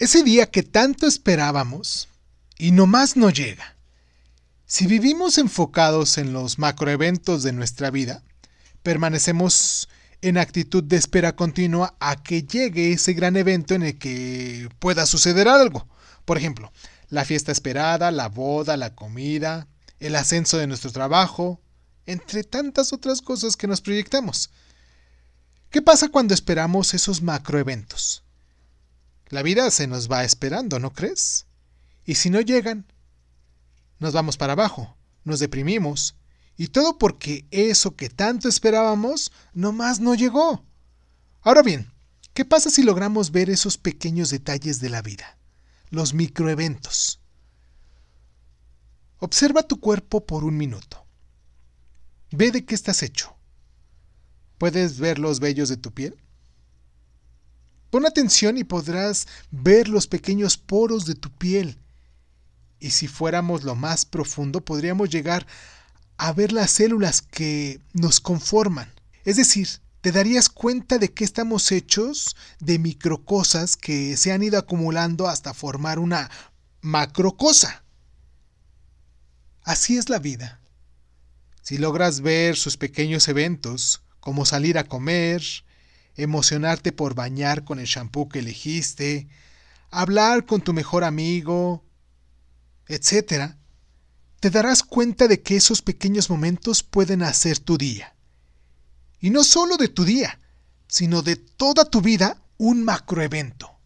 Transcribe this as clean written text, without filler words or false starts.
Ese día que tanto esperábamos y nomás no llega. Si vivimos enfocados en los macroeventos de nuestra vida, permanecemos en actitud de espera continua a que llegue ese gran evento en el que pueda suceder algo. Por ejemplo, la fiesta esperada, la boda, la comida, el ascenso de nuestro trabajo, entre tantas otras cosas que nos proyectamos. ¿Qué pasa cuando esperamos esos macroeventos? La vida se nos va esperando, ¿no crees? Y si no llegan, nos vamos para abajo, nos deprimimos, y todo porque eso que tanto esperábamos nomás no llegó. Ahora bien, ¿qué pasa si logramos ver esos pequeños detalles de la vida? Los microeventos. Observa tu cuerpo por un minuto. Ve de qué estás hecho. ¿Puedes ver los vellos de tu piel? Pon atención y podrás ver los pequeños poros de tu piel. Y si fuéramos lo más profundo, podríamos llegar a ver las células que nos conforman. Es decir, te darías cuenta de que estamos hechos de microcosas que se han ido acumulando hasta formar una macrocosa. Así es la vida. Si logras ver sus pequeños eventos, como salir a comer, emocionarte por bañar con el shampoo que elegiste, hablar con tu mejor amigo, etcétera, te darás cuenta de que esos pequeños momentos pueden hacer tu día. Y no solo de tu día, sino de toda tu vida un macroevento.